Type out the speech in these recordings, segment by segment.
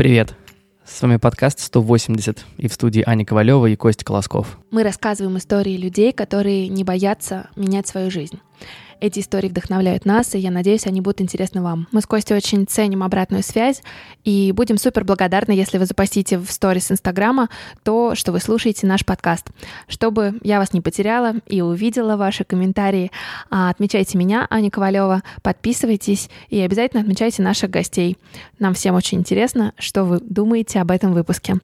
Привет! С вами подкаст 180, и в студии Аня Ковалева и Костя Колосков. Мы рассказываем истории людей, которые не боятся менять свою жизнь. Эти истории вдохновляют нас, и я надеюсь, они будут интересны вам. Мы с Костей очень ценим обратную связь, и будем супер благодарны, если вы запостите в сторис Инстаграма то, что вы слушаете наш подкаст. Чтобы я вас не потеряла и увидела ваши комментарии, отмечайте меня, Аня Ковалева, подписывайтесь и обязательно отмечайте наших гостей. Нам всем очень интересно, что вы думаете об этом выпуске.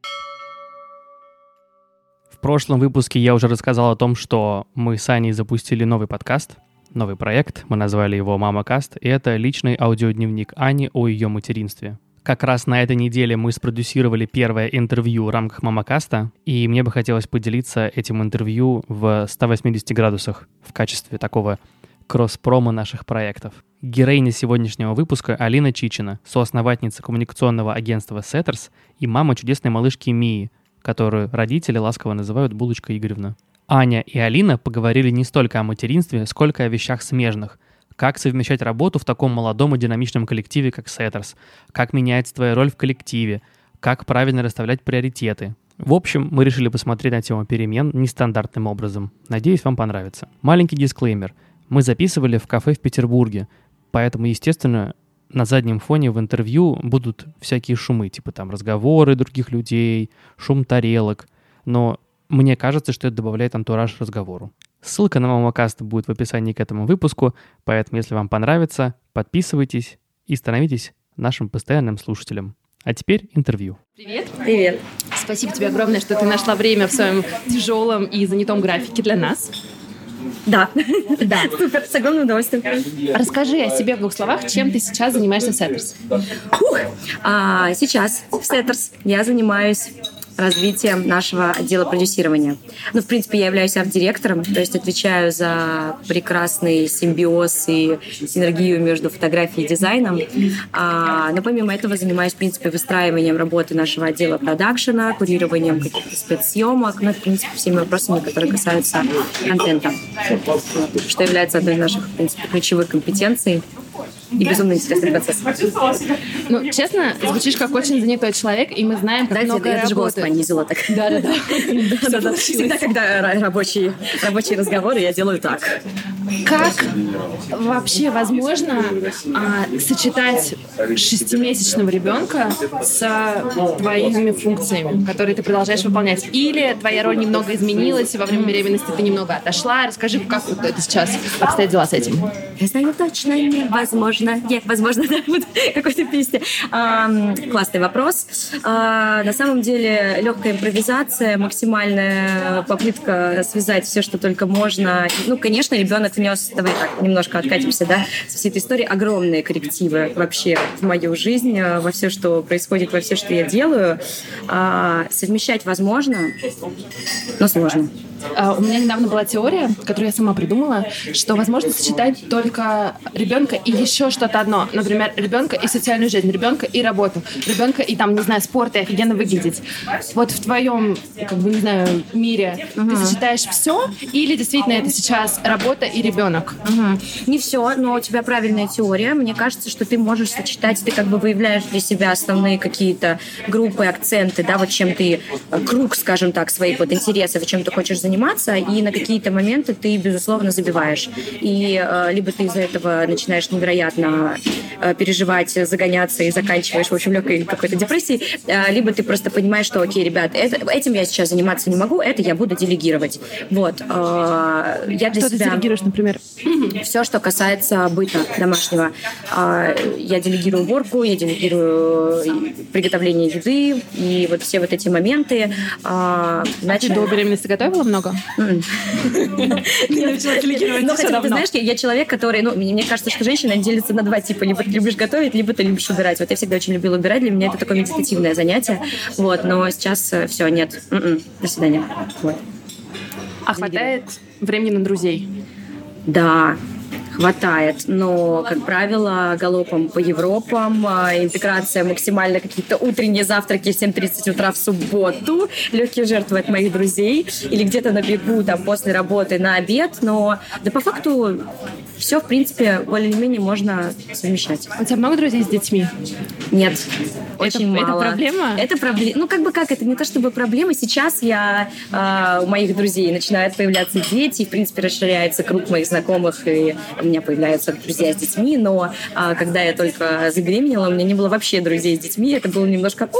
В прошлом выпуске я уже рассказал о том, что мы с Аней запустили новый подкаст, новый проект, мы назвали его «Мамакаст», и это личный аудиодневник Ани о ее материнстве. Как раз на этой неделе мы спродюсировали первое интервью в рамках «Мамакаста», и мне бы хотелось поделиться этим интервью в 180 градусах в качестве такого кросс-промо наших проектов. Героиня сегодняшнего выпуска Алина Чичина, соосновательница коммуникационного агентства Setters и мама чудесной малышки Мии, которую родители ласково называют Булочка Игоревна. Аня и Алина поговорили не столько о материнстве, сколько о вещах смежных. Как совмещать работу в таком молодом и динамичном коллективе, как Setters, как меняется твоя роль в коллективе, как правильно расставлять приоритеты. В общем, мы решили посмотреть на тему перемен нестандартным образом. Надеюсь, вам понравится. Маленький дисклеймер. Мы записывали в кафе в Петербурге, поэтому, естественно, на заднем фоне в интервью будут всякие шумы, типа там разговоры других людей, шум тарелок, но мне кажется, что это добавляет антураж разговору. Ссылка на Мамакаст будет в описании к этому выпуску, поэтому, если вам понравится, подписывайтесь и становитесь нашим постоянным слушателем. А теперь интервью. Привет. Привет. Спасибо тебе огромное, что ты нашла время в своем тяжелом и занятом графике для нас. Да. Супер, с огромным удовольствием. Расскажи о себе в 2 словах, чем ты сейчас занимаешься в Setters. Сейчас в Setters я занимаюсь развитием нашего отдела продюсирования. В принципе, я являюсь арт-директором, то есть отвечаю за прекрасный симбиоз и синергию между фотографией и дизайном. Но помимо этого занимаюсь, в принципе, выстраиванием работы нашего отдела продакшена, курированием каких-то спецсъемок, в принципе, всеми вопросами, которые касаются контента, что является одной из наших, в принципе, ключевых компетенций. И безумно интересный процесс. Честно, звучишь как очень занятой человек, и мы знаем, как много работы. Я даже голос понизила так. Да. Всегда, когда рабочие разговоры, я делаю так. Как вообще возможно сочетать 6-месячного ребенка с твоими функциями, которые ты продолжаешь выполнять? Или твоя роль немного изменилась, и во время беременности ты немного отошла? Расскажи, как это сейчас обстоят дела с этим? Я знаю точно, невозможно. Возможно, да, вот какой-то песни. Классный вопрос. На самом деле легкая импровизация, максимальная попытка связать все, что только можно. Конечно, ребенок внес, давай так, немножко откатимся, да, со всей этой истории, огромные коррективы вообще в мою жизнь, во все, что происходит, во все, что я делаю. Совмещать возможно, но сложно. У меня недавно была теория, которую я сама придумала, что возможно сочетать только ребенка и еще что-то одно. Например, ребенка и социальную жизнь, ребенка и работу, ребенка и спорт и офигенно выглядеть. Вот в твоем, мире ты сочетаешь все, или действительно это сейчас работа и ребенок? Не все, но у тебя правильная теория. Мне кажется, что ты можешь сочетать, ты выявляешь для себя основные какие-то группы, акценты, да, вот чем ты, круг, скажем так, своих интересов, чем ты хочешь заниматься, и на какие-то моменты ты, безусловно, забиваешь. И либо ты из-за этого начинаешь невероятно переживать, загоняться и заканчиваешь, в общем, легкой какой-то депрессией, либо ты просто понимаешь, что, окей, ребят, этим я сейчас заниматься не могу, это я буду делегировать. Вот. Я для что себя... ты делегируешь, например? Все, что касается быта домашнего. Я делегирую уборку, я делегирую приготовление еды, и вот все вот эти моменты. Ты до беременности готовила много? Ты начала делегировать все давно. Ты знаешь, я человек, который, мне кажется, что женщина делится на 2 типа. Либо ты любишь готовить, либо ты любишь убирать. Вот я всегда очень любила убирать. Для меня это такое медитативное занятие. Вот, но сейчас все, нет. До свидания. Вот. А хватает времени на друзей? Да, хватает, но, как правило, галопом по Европам, интеграция максимально, какие-то утренние завтраки в 7:30 утра в субботу, легкие жертвы от моих друзей, или где-то на бегу там, после работы на обед, но да по факту все, в принципе, более-менее можно совмещать. У тебя много друзей с детьми? Нет, очень мало. Это проблема? Это проблема. Ну, это не то чтобы проблема. Сейчас у моих друзей начинают появляться дети, и, в принципе, расширяется круг моих знакомых, и у меня появляются друзья с детьми, но когда я только забеременела, у меня не было вообще друзей с детьми, это было немножко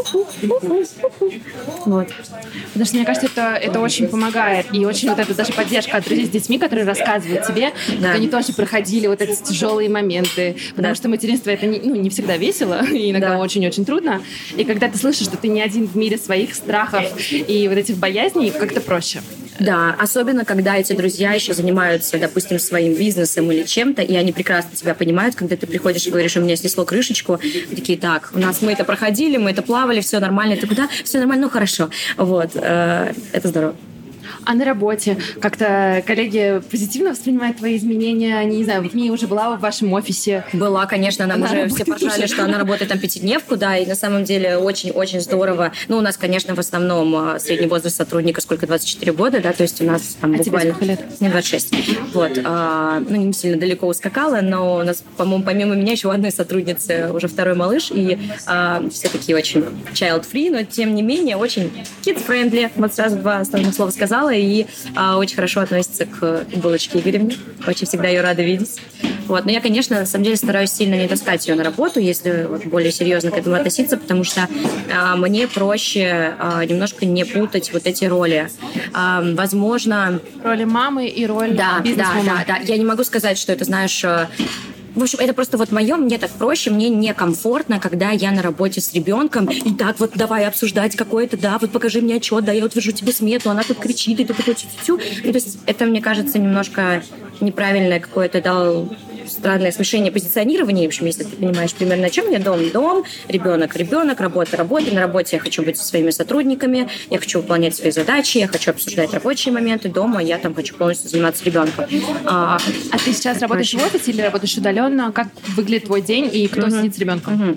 вот. Потому что, мне кажется, это очень помогает, и очень вот это даже поддержка от друзей с детьми, которые рассказывают тебе, как они тоже проходили вот эти тяжелые моменты, потому что материнство это не всегда весело, и иногда очень-очень трудно, и когда ты слышишь, что ты не один в мире своих страхов и вот этих боязней, как-то проще. Да, особенно, когда эти друзья еще занимаются, допустим, своим бизнесом или чем-то, и они прекрасно тебя понимают, когда ты приходишь и говоришь, у меня снесло крышечку, и такие, так, мы это проходили, мы это плавали, все нормально, ты куда? Все нормально, ну хорошо. Вот, это здорово. А на работе как-то коллеги позитивно воспринимают твои изменения? Не знаю, вот Мия уже была в вашем офисе. Была, конечно, нам уже все поржали, что она работает там пятидневку, да, и на самом деле очень-очень здорово. Ну, у нас, конечно, в основном средний возраст сотрудника сколько, 24 года, да, то есть у нас там буквально... тебе сколько лет? Мне 26. Вот. Не сильно далеко ускакала, но у нас, по-моему, помимо меня еще у одной сотрудницы уже второй малыш, и все такие очень child-free, но тем не менее очень kids-friendly. Вот сразу два основных слова сказала, и очень хорошо относится к Булочке Игоревне. Очень всегда ее рада видеть. Вот. Но я, конечно, на самом деле стараюсь сильно не таскать ее на работу, если вот более серьезно к этому относиться, потому что мне проще немножко не путать вот эти роли. Возможно... Роли мамы и роль бизнес-вумен. Да. Я не могу сказать, что это, знаешь... В общем, это просто вот мое, мне так проще, мне некомфортно, когда я на работе с ребенком, и так вот давай обсуждать какое-то, да, вот покажи мне отчет, да, я утвержу тебе смету, она тут кричит, и ты такой тю-тю-тю. Ну, то есть это, мне кажется, немножко неправильное какое-то, странное смешение позиционирования. В общем, если ты понимаешь примерно, о чем я, дом, ребенок, работа. На работе я хочу быть со своими сотрудниками, я хочу выполнять свои задачи, я хочу обсуждать рабочие моменты. Дома я там хочу полностью заниматься ребенком. А ты сейчас работаешь в офисе или работаешь удаленно? Как выглядит твой день и кто сидит с ребенком?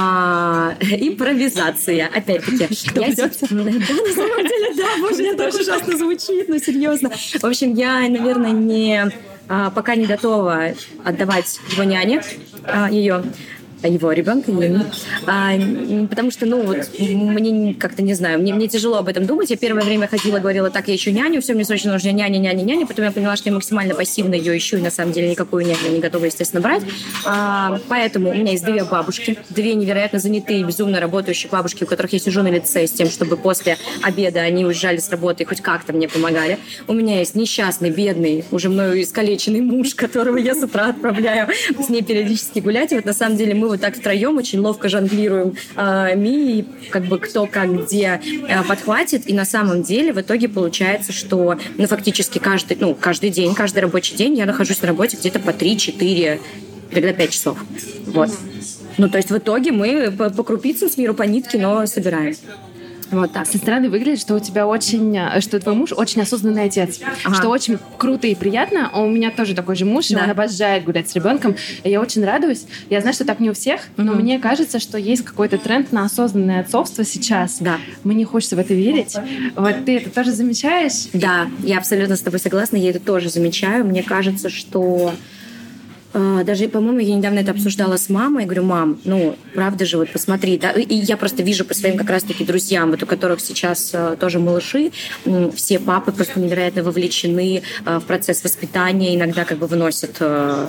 Импровизация, опять-таки. Кто придется? Да, на самом деле, да, боже, это так ужасно звучит, но серьезно. В общем, я, наверное, пока не готова отдавать его няне, его ребенка, потому что, мне как-то, не знаю, мне тяжело об этом думать. Я первое время ходила, говорила, так, я ищу няню, все, мне срочно нужна няня. Потом я поняла, что я максимально пассивно ее ищу, и на самом деле никакую няню не готова, естественно, брать. Поэтому у меня есть две бабушки, две невероятно занятые, безумно работающие бабушки, у которых я сижу на лице с тем, чтобы после обеда они уезжали с работы и хоть как-то мне помогали. У меня есть несчастный, бедный, уже мною искалеченный муж, которого я с утра отправляю с ней периодически гулять. И вот на самом деле мы вот так втроем очень ловко жонглируем Мией, как бы кто как где подхватит. И на самом деле в итоге получается, что фактически каждый день, каждый рабочий день я нахожусь на работе где-то по 3-4, иногда 5 часов. Вот. То есть в итоге мы по крупицам, с миру по нитке, но собираем. Вот так. Со стороны выглядит, что что твой муж очень осознанный отец, что очень круто и приятно. А у меня тоже такой же муж, и он обожает гулять с ребенком. И я очень радуюсь. Я знаю, что так не у всех, но мне кажется, что есть какой-то тренд на осознанное отцовство сейчас. Да. Мне хочется в это верить. Вот ты это тоже замечаешь? Да, я абсолютно с тобой согласна. Я это тоже замечаю. Мне кажется, что даже, по-моему, я недавно это обсуждала с мамой. Я говорю, мам, правда же, вот посмотри. Да? И я просто вижу по своим как раз-таки друзьям, вот у которых сейчас тоже малыши, все папы просто невероятно вовлечены в процесс воспитания, иногда как бы выносят,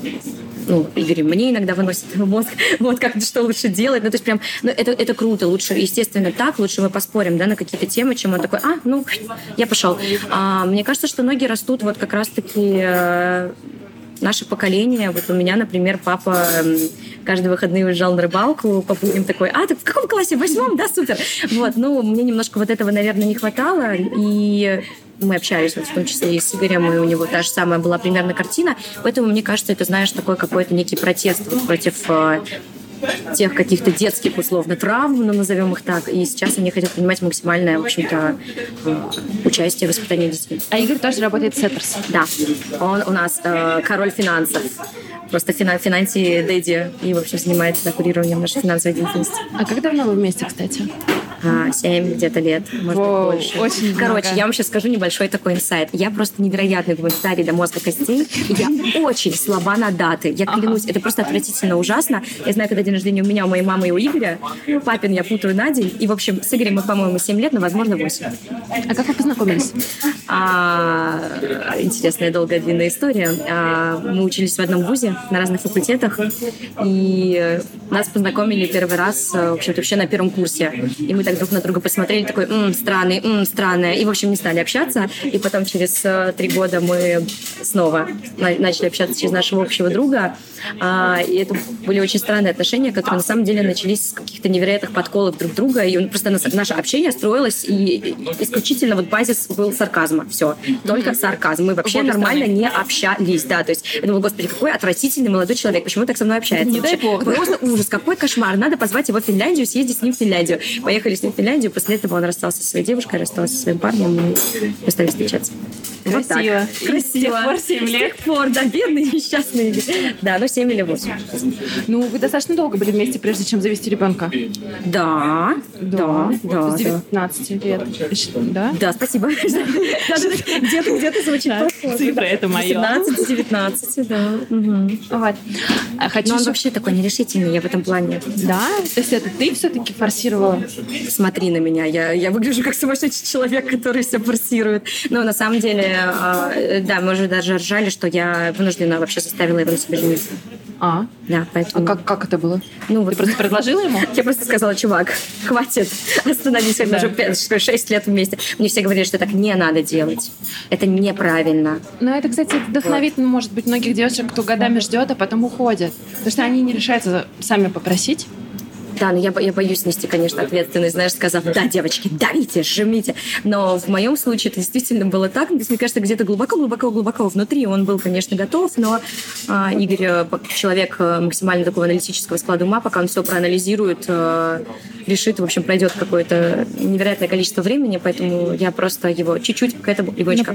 Игорь мне иногда выносит в мозг, вот как что лучше делать. То есть прям, это круто. Лучше, естественно, так, лучше мы поспорим, да, на какие-то темы, чем он такой, я пошел. Мне кажется, что ноги растут вот как раз-таки... Наше поколение, вот у меня, например, папа каждые выходные уезжал на рыбалку, по будням такой, ты в каком классе? В 8? Да, супер. Вот, мне немножко вот этого, наверное, не хватало, и мы общались, в том числе и с Игорем, и у него та же самая была примерно картина, поэтому, мне кажется, это, знаешь, такой какой-то некий протест против тех каких-то детских, условно, травм, ну, назовем их так. И сейчас они хотят принимать максимальное, в общем-то, участие в воспитании детей. А Игорь тоже работает в Сеттерс. Да, он у нас король финансов. Просто финанси дэдди. И, в общем, занимается курированием нашей финансовой деятельности. А как давно вы вместе, кстати? 7 где-то лет, может быть, больше. Очень Короче, много. я вам сейчас скажу небольшой такой инсайт. Я просто невероятный гуманитарий до мозга костей. И я очень слаба на даты. Я клянусь, это просто отвратительно ужасно. Я знаю, когда день рождения у меня, у моей мамы и у Игоря. Папин я путаю на день. И, в общем, с Игорем мы, по-моему, 7 лет, но, возможно, 8. А как вы познакомились? Интересная, долгая, длинная история. Мы учились в одном вузе на разных факультетах. И нас познакомили первый раз, в общем-то, вообще на первом курсе. И мы так друг на друга посмотрели, такой, странный, странное. И, в общем, не стали общаться. И потом через 3 года мы снова начали общаться через нашего общего друга. И это были очень странные отношения, которые на самом деле начались с каких-то невероятных подколов друг друга. И просто наше общение строилось, и исключительно вот базис был сарказма. Все. Только сарказм. Мы вообще нормально не общались. Да, то есть я думала, господи, какой отвратительный молодой человек. Почему так со мной общается? Не дай бог. Просто ужас. Какой кошмар. Надо позвать его в Финляндию, съездить с ним в Финляндию. Поехали с ним в Финляндию. После этого он расстался со своей девушкой, расстался со своим парнем, и мы стали встречаться. Вот так. Красиво. Красиво. И с тех пор 7 лет. С тех пор, да, бедный, несчастный. Да, 7 или 8. Ну, вы достаточно долго были вместе, прежде чем завести ребенка. Да. С 19 лет. Да? Да, спасибо. Где-то звучит похоже. Цифра это моя. 17-19, да. Вот. Хочу Но он еще- вообще такой нерешительный, я в этом плане. Да? То есть это ты все-таки форсировала? Смотри на меня, я выгляжу как сумасшедший человек, который все форсирует. Но на самом деле, да, мы уже даже ржали, что я вынуждена вообще заставила его на себе жениться. А Да, поэтому... как это было? Ну, Ты вот просто предложила ему? я просто сказала, чувак, хватит, остановись, мы уже 6 лет вместе. Мне все говорили, что так не надо делать. Это неправильно. Ну, это, кстати, вдохновит, может быть, многих девушек, кто годами ждет, а потом уходит. Потому что они не решаются сами попросить. Да, но я боюсь нести, конечно, ответственность, знаешь, сказав, да, девочки, давите, жмите. Но в моем случае это действительно было так. То есть, мне кажется, где-то глубоко внутри он был, конечно, готов, но Игорь человек максимально такого аналитического склада ума, пока он все проанализирует, решит, в общем, пройдет какое-то невероятное количество времени, поэтому я просто его чуть-чуть к этому легонечко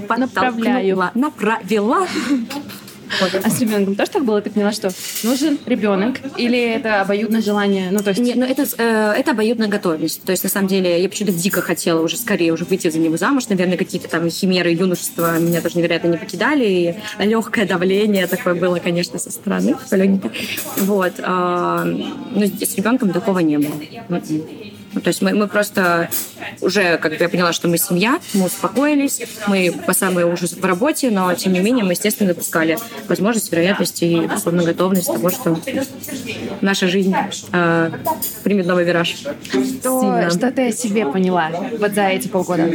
направила. А с ребенком тоже так было? Ты поняла, что нужен ребенок? Или это обоюдное желание? Ну, то есть... Нет, ну это обоюдная готовность. То есть, на самом деле, я почему-то дико хотела уже скорее уже выйти за него замуж. Наверное, какие-то там химеры юношества меня тоже невероятно не покидали. И легкое давление такое было, конечно, со стороны. Легенько. Вот. Но с ребенком такого не было. Ну, то есть мы просто уже, как бы я поняла, что мы семья, мы успокоились, мы по самой ужас в работе, но тем не менее мы, естественно, допускали возможность, вероятность и, условно, готовность того, что наша жизнь примет новый вираж. Что ты о себе поняла вот за эти полгода?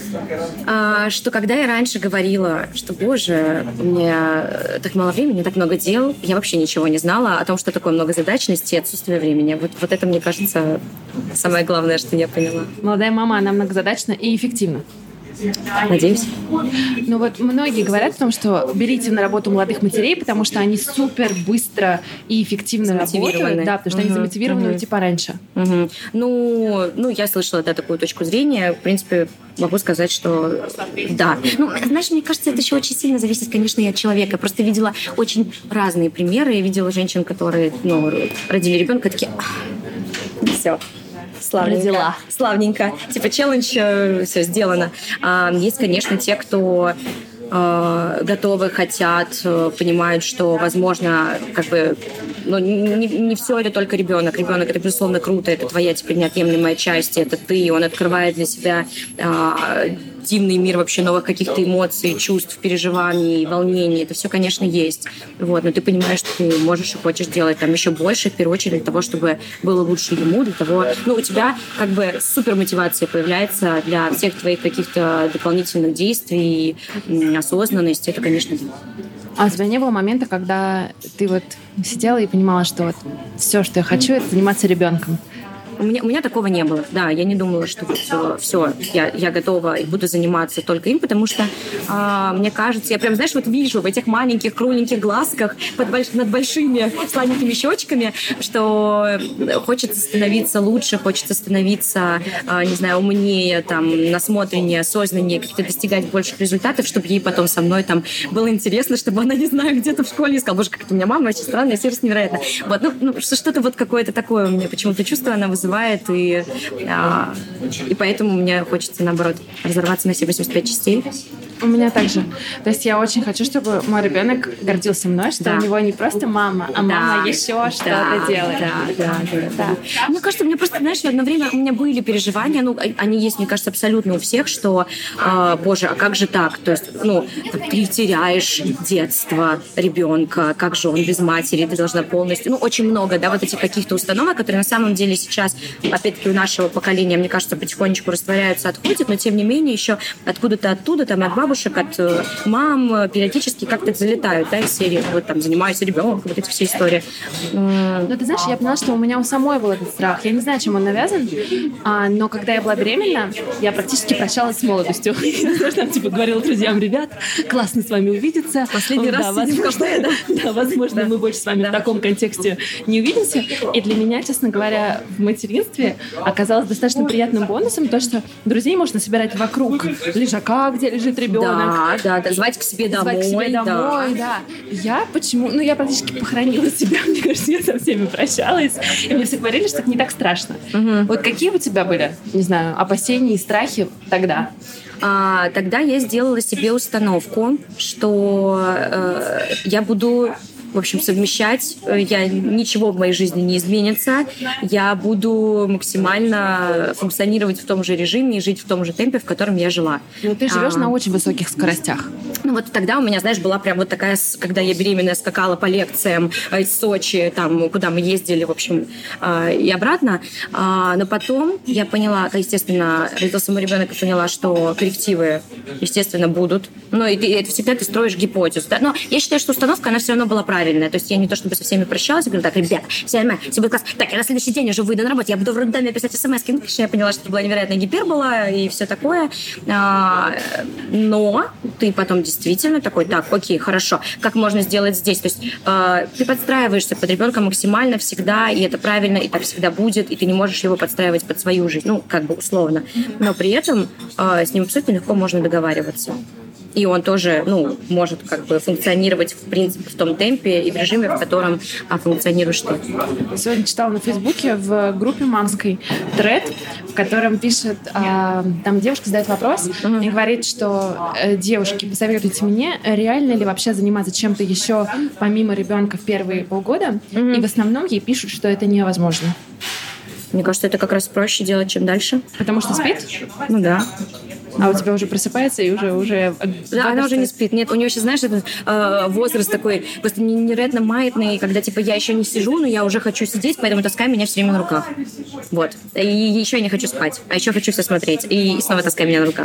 Что когда я раньше говорила, что, боже, у меня так мало времени, так много дел, я вообще ничего не знала о том, что такое многозадачность и отсутствие времени. Вот это, мне кажется, самое главное, что я поняла. Молодая мама, она многозадачна и эффективна. Надеюсь. Ну вот многие говорят о том, что берите на работу молодых матерей, потому что они супер быстро и эффективно работают. Да, потому что они замотивированы уйти пораньше. Ну, я слышала, да, такую точку зрения. В принципе, могу сказать, что да. Ну, знаешь, мне кажется, это еще очень сильно зависит, конечно, и от человека. Я просто видела очень разные примеры. Я видела женщин, которые, родили ребенка, такие, все. Родила. Славненько. Типа челлендж, все сделано. Есть, конечно, те, кто готовы, хотят, понимают, что, возможно, как бы, не все это только ребенок. Ребенок — это, безусловно, круто, это твоя теперь неотъемлемая часть, это ты, он открывает для себя дивный мир вообще новых каких-то эмоций, чувств, переживаний, волнений. Это все, конечно, есть. Вот. Но ты понимаешь, что ты можешь и хочешь делать там еще больше, в первую очередь, для того, чтобы было лучше ему, для того... у тебя как бы супер мотивация появляется для всех твоих каких-то дополнительных действий, осознанности. Это, конечно, да. А у тебя не было момента, когда ты вот сидела и понимала, что вот все, что я хочу, это заниматься ребенком? У меня такого не было. Да, я не думала, что все, я готова и буду заниматься только им, потому что мне кажется, я прям, знаешь, вот вижу в этих маленьких кругленьких глазках над большими сладенькими щечками, что хочется становиться лучше, хочется становиться, не знаю, умнее, там, насмотреннее, осознаннее, как-то достигать больших результатов, чтобы ей потом со мной там было интересно, чтобы она, не знаю, где-то в школе искала. Боже, как это у меня мама очень странная, сердце невероятно. Вот, что-то вот какое-то такое у меня почему-то чувство она вызывает, и поэтому мне хочется, наоборот, разорваться на все 85 частей. У меня также. То есть я очень хочу, чтобы мой ребенок гордился мной, что у него не просто мама, а мама еще что-то делает. Да. Мне кажется, мне просто, знаешь, одно время у меня были переживания, они есть, мне кажется, абсолютно у всех, что, боже, а как же так? То есть, ты теряешь детство ребенка, как же он без матери, ты должна полностью... очень много, да, вот этих каких-то установок, которые на самом деле сейчас, опять-таки, у нашего поколения, мне кажется, потихонечку растворяются, отходят, но, тем не менее, еще откуда-то оттуда, там, от бабушек, от мам периодически как-то залетают, да, из серии, вот там, занимаюсь ребенком, вот эти все истории. Ты знаешь, я поняла, что у меня у самой был этот страх. Я не знаю, чем он навязан, но когда я была беременна, я практически прощалась с молодостью. Я там, говорила друзьям: ребят, классно с вами увидеться. Последний раз сидим в кафе, да? Возможно, мы больше с вами в таком контексте не увидимся. И для меня, честно говоря, в материнстве оказалось достаточно приятным бонусом то, что друзей можно собирать вокруг лежака, где лежит ребенок. Да, звать к себе домой. Да. Я практически похоронила себя. Мне кажется, я со всеми прощалась. И мне все говорили, что это не так страшно. Вот какие у тебя были, не знаю, опасения и страхи тогда? Тогда я сделала себе установку, что я буду, в общем, совмещать, ничего в моей жизни не изменится, я буду максимально функционировать в том же режиме и жить в том же темпе, в котором я жила. Но ты живешь на очень высоких скоростях. Вот тогда у меня, знаешь, была прям вот такая, когда я беременная скакала по лекциям из Сочи, там, куда мы ездили, в общем, и обратно. Но потом я поняла, естественно, родился мой ребенок, и поняла, что коррективы, естественно, будут. Но и это всегда ты строишь гипотезу. Да? Но я считаю, что установка, она все равно была правильная. То есть я не то чтобы со всеми прощалась, я говорю: так, ребята, все будет класс. Так, я на следующий день уже выйду на работу, я буду в роддоме писать смс. Ну, конечно, я поняла, что это была невероятная гипербола и все такое. Но ты потом действительно такой: так, окей, хорошо, как можно сделать здесь? То есть ты подстраиваешься под ребенка максимально всегда, и это правильно, и так всегда будет, и ты не можешь его подстраивать под свою жизнь, условно. Но при этом с ним абсолютно легко можно договариваться. И он тоже, может функционировать, в принципе, в том темпе и в режиме, в котором функционируешь ты. Сегодня читала на Фейсбуке в группе мамской тред, в котором пишет, там девушка задает вопрос и говорит, что: девушки, посоветуйте мне, реально ли вообще заниматься чем-то еще помимо ребенка в первые полгода? И в основном ей пишут, что это невозможно. Мне кажется, это как раз проще делать, чем дальше. Потому что спит? Да. А у тебя уже просыпается и уже... Да, она уже не спит. Нет, у нее сейчас, знаешь, этот возраст такой просто невероятно маятный, когда, я еще не сижу, но я уже хочу сидеть, поэтому таскай меня все время на руках. Вот. И еще я не хочу спать, а еще хочу все смотреть. И снова таскай меня на руках.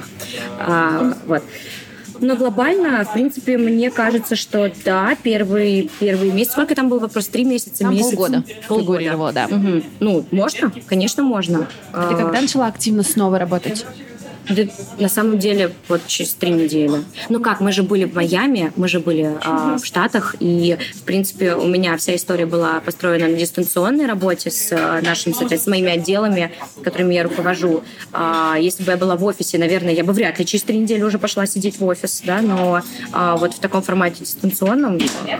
Вот. Но глобально, в принципе, мне кажется, что да, первый месяц. Сколько там был вопрос? 3 месяца, там месяц? Полгода. Да. Можно? Конечно, можно. Ты когда начала активно снова работать? Да, на самом деле, через 3 недели. Мы же были в Майами, мы же были в Штатах, и, в принципе, у меня вся история была построена на дистанционной работе с моими отделами, которыми я руковожу. Если бы я была в офисе, наверное, я бы вряд ли через 3 недели уже пошла сидеть в офис, да, но вот в таком формате дистанционном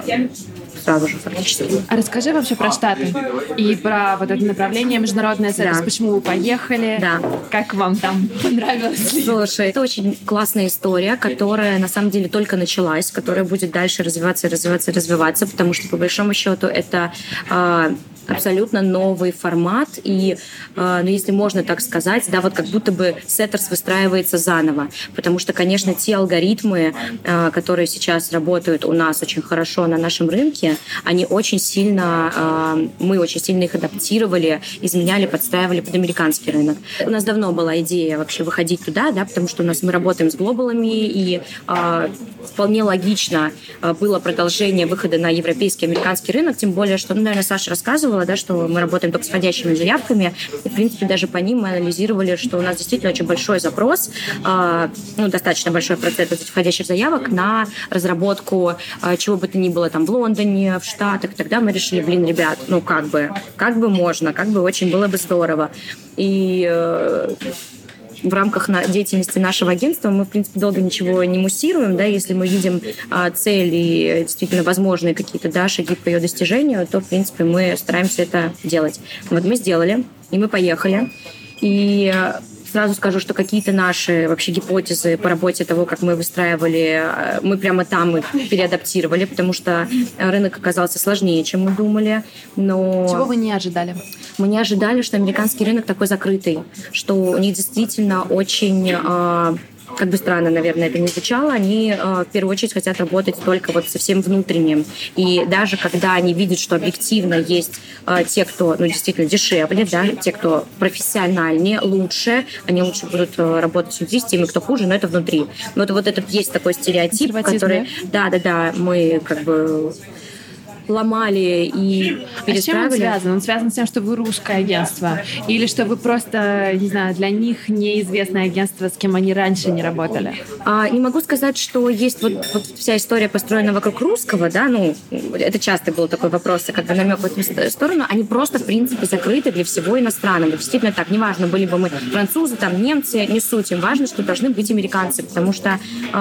сразу же фактически. А расскажи вообще про Штаты и про вот это направление международное сервис. Да. Почему вы поехали? Да. Как вам там понравилось? Слушай, это очень классная история, которая на самом деле только началась, которая будет дальше развиваться, потому что по большому счету это абсолютно новый формат, и, если можно так сказать, да, вот как будто бы Сеттерс выстраивается заново, потому что, конечно, те алгоритмы, которые сейчас работают у нас очень хорошо на нашем рынке, они очень сильно, мы очень сильно их адаптировали, изменяли, подстраивали под американский рынок. У нас давно была идея вообще выходить туда, да, потому что мы работаем с глобалами, и вполне логично было продолжение выхода на европейский, американский рынок, тем более, что, наверное, Саша рассказывала, рассказывала, да, что мы работаем только с входящими заявками, и, в принципе, даже по ним мы анализировали, что у нас действительно очень большой запрос, достаточно большой процент этих входящих заявок на разработку чего бы то ни было там в Лондоне, в Штатах. Тогда мы решили, ребят, как бы можно, как бы очень было бы здорово. И в рамках деятельности нашего агентства мы, в принципе, долго ничего не муссируем, да, если мы видим цель и действительно возможные какие-то, да, шаги по ее достижению, то, в принципе, мы стараемся это делать. Вот мы сделали, и мы поехали. И сразу скажу, что какие-то наши вообще гипотезы по работе того, как мы выстраивали, мы прямо там их переадаптировали, потому что рынок оказался сложнее, чем мы думали. Но чего вы не ожидали? Мы не ожидали, что американский рынок такой закрытый, что у них действительно очень... как бы странно, наверное, это не звучало, они в первую очередь хотят работать только вот со всем внутренним. И даже когда они видят, что объективно есть те, кто действительно дешевле, да, те, кто профессиональнее, лучше, они лучше будут работать внутри, с теми, кто хуже, но это внутри. Вот этот есть такой стереотип, который... Да, мы как бы ломали и перестраивали. А с чем он связан? Он связан с тем, что вы русское агентство? Или что вы просто, не знаю, для них неизвестное агентство, с кем они раньше не работали? Не могу сказать, что есть вот вся история построена вокруг русского, да, это часто был такой вопрос, как бы намек в эту сторону. Они просто, в принципе, закрыты для всего иностранного. Действительно так, неважно, были бы мы французы, там, немцы, не суть, им важно, что должны быть американцы, потому что,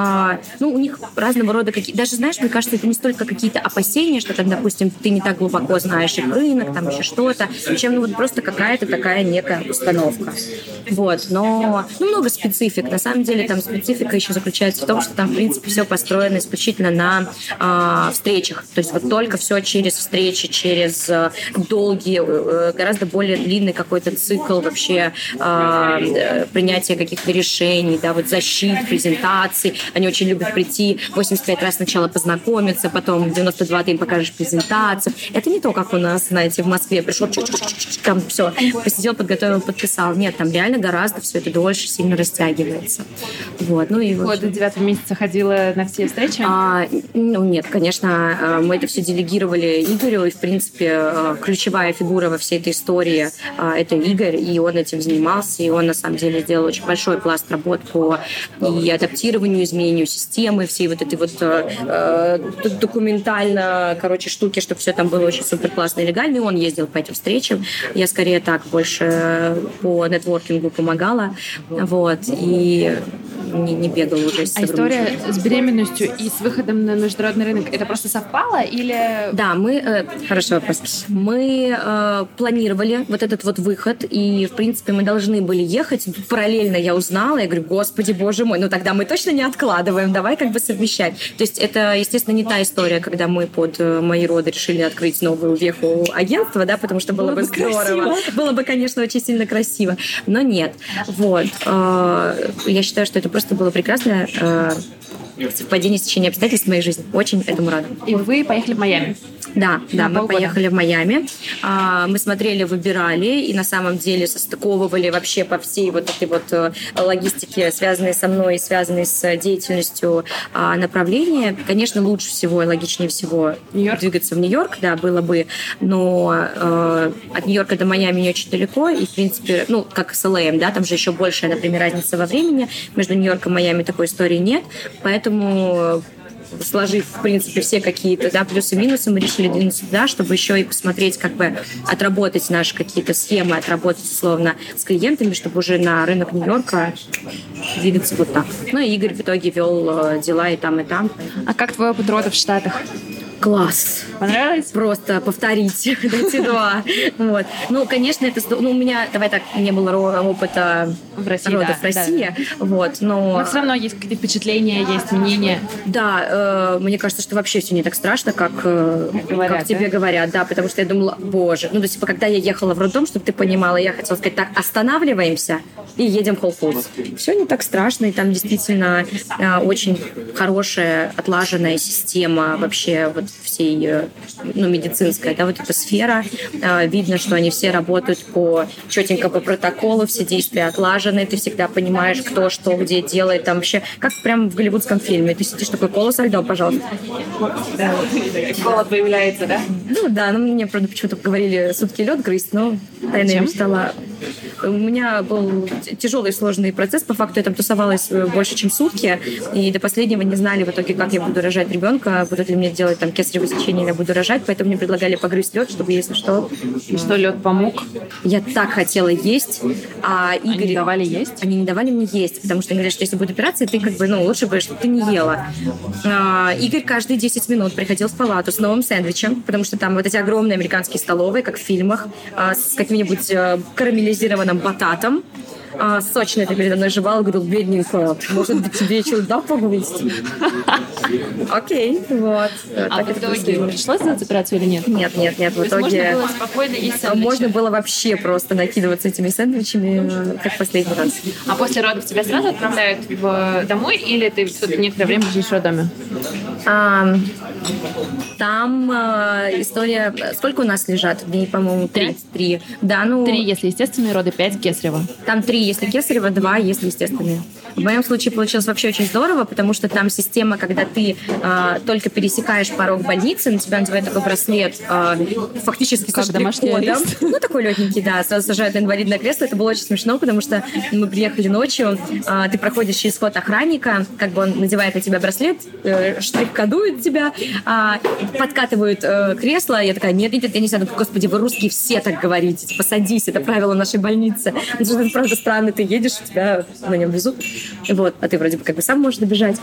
у них разного рода какие-то... Даже, знаешь, мне кажется, это не столько какие-то опасения, что там, допустим, ты не так глубоко знаешь их рынок, там еще что-то, чем просто какая-то такая некая установка. Вот, но много специфик. На самом деле там специфика еще заключается в том, что там, в принципе, все построено исключительно на встречах. То есть вот только все через встречи, через долгие, гораздо более длинный какой-то цикл вообще принятия каких-то решений, да, вот защит, презентаций. Они очень любят прийти 85 раз сначала познакомиться, потом 92 ты им покажешь презентацию. Это не то, как у нас, знаете, в Москве пришел, там все, посидел, подготовил, подписал. Нет, там реально гораздо все это дольше сильно растягивается. Вот, до 9 месяца ходила на все встречи? Нет, конечно, мы это все делегировали Игорю, и, в принципе, ключевая фигура во всей этой истории это Игорь, и он этим занимался, и он, на самом деле, сделал очень большой пласт работ по и адаптированию, изменению системы, всей вот этой вот документально, штуки, чтобы все там было очень супер классно и легально, и он ездил по этим встречам. Я скорее так больше по нетворкингу помогала, вот, и не бегала уже с история с беременностью и с выходом на международный рынок, это просто совпало или... Да, хороший вопрос. Мы планировали вот этот вот выход, и, в принципе, мы должны были ехать. Параллельно я узнала, я говорю, господи, боже мой, тогда мы точно не откладываем, давай совмещать. То есть это, естественно, не та история, когда мы под мои роды решили открыть новую веху агентства, да, потому что было бы здорово. Было бы, конечно, очень сильно красиво, но нет. Вот. Я считаю, что это просто было прекрасное совпадение стечения обстоятельств в моей жизни. Очень этому рада. И вы поехали в Майами? Да, мы поехали в Майами. Мы смотрели, выбирали и на самом деле состыковывали вообще по всей вот этой вот логистике, связанной со мной и связанной с деятельностью направления. Конечно, лучше всего и логичнее всего двигаться в Нью-Йорк, да, было бы, но от Нью-Йорка до Майами не очень далеко, и, в принципе, как с ЛА, да, там же еще большая, например, разница во времени. Между Нью-Йорком и Майами такой истории нет, поэтому, сложив, в принципе, все какие-то, да, плюсы-минусы, мы решили двинуться туда, чтобы еще и посмотреть, отработать наши какие-то схемы, отработать, условно, с клиентами, чтобы уже на рынок Нью-Йорка двигаться вот так. И Игорь в итоге вел дела и там, и там. А как твой опыт родов в Штатах? Класс. Понравилось? Просто повторить эти два. Вот. Конечно, это... у меня, давай так, не было опыта родов в России. Да. Вот, но все равно есть какие-то впечатления, есть мнения. Да, мне кажется, что вообще все не так страшно, как тебе говорят. Да, потому что я думала, боже. То есть, когда я ехала в роддом, чтобы ты понимала, я хотела сказать, так, останавливаемся и едем в Whole Foods. Все не так страшно, и там действительно очень хорошая, отлаженная система вообще вот всей, медицинской, да, вот эта сфера. Видно, что они все работают четенько по протоколу, все действия отлажены, ты всегда понимаешь, кто что где делает, там вообще, как прям в голливудском фильме. Ты сидишь такой, кола со льдом, пожалуйста. Холод появляется, да? Ну да, мне, правда, почему-то говорили сутки лед грызть, но тайная мечтала. У меня был тяжелый, сложный процесс. По факту я там тусовалась больше, чем сутки, и до последнего не знали в итоге, как я буду рожать ребенка, будут ли мне делать там кесарево сечение, или я буду рожать, поэтому мне предлагали погрызть лед, чтобы, если что... И что, лед помог? Я так хотела есть, а Игорь... Они давали есть? Они не давали мне есть, потому что они говорят, что если будет операция, ты лучше бы, чтобы ты не ела. Игорь каждые 10 минут приходил в палату с новым сэндвичем, потому что там вот эти огромные американские столовые, как в фильмах, с каким-нибудь карамелизированным бататом. Сочно ты передо мной жевал, говорил, бедненькая, может быть, тебе челда погрызть? Окей, вот. А в итоге пришлось сделать операцию или нет? Нет, в итоге... Можно было спокойно есть сэндвичи? Можно было вообще просто накидываться этими сэндвичами, как в последний раз. А после родов тебя сразу отправляют домой, или ты все-таки некоторое время живешь в роддоме? Там история... Сколько у нас лежат? Дней, по-моему, 3. Да, 3, если естественные роды, 5 кесарево. Там 3, если кесарево, 2, если естественные. В моем случае получилось вообще очень здорово, потому что там система, когда ты только пересекаешь порог больницы, на тебя надевают такой браслет, фактически как домашний арест. Ну, такой легенький, да, сразу сажают на инвалидное кресло. Это было очень смешно, потому что мы приехали ночью, ты проходишь через вход охранника, как бы он надевает на тебя браслет, штрих-кодует тебя, подкатывают кресло. Я такая, нет, я не сяду. Господи, вы русские все так говорите, типа, садись, это правило нашей больницы. Это правда странно, ты едешь, тебя на нем везут. Вот, а ты вроде бы как бы сам можешь добежать.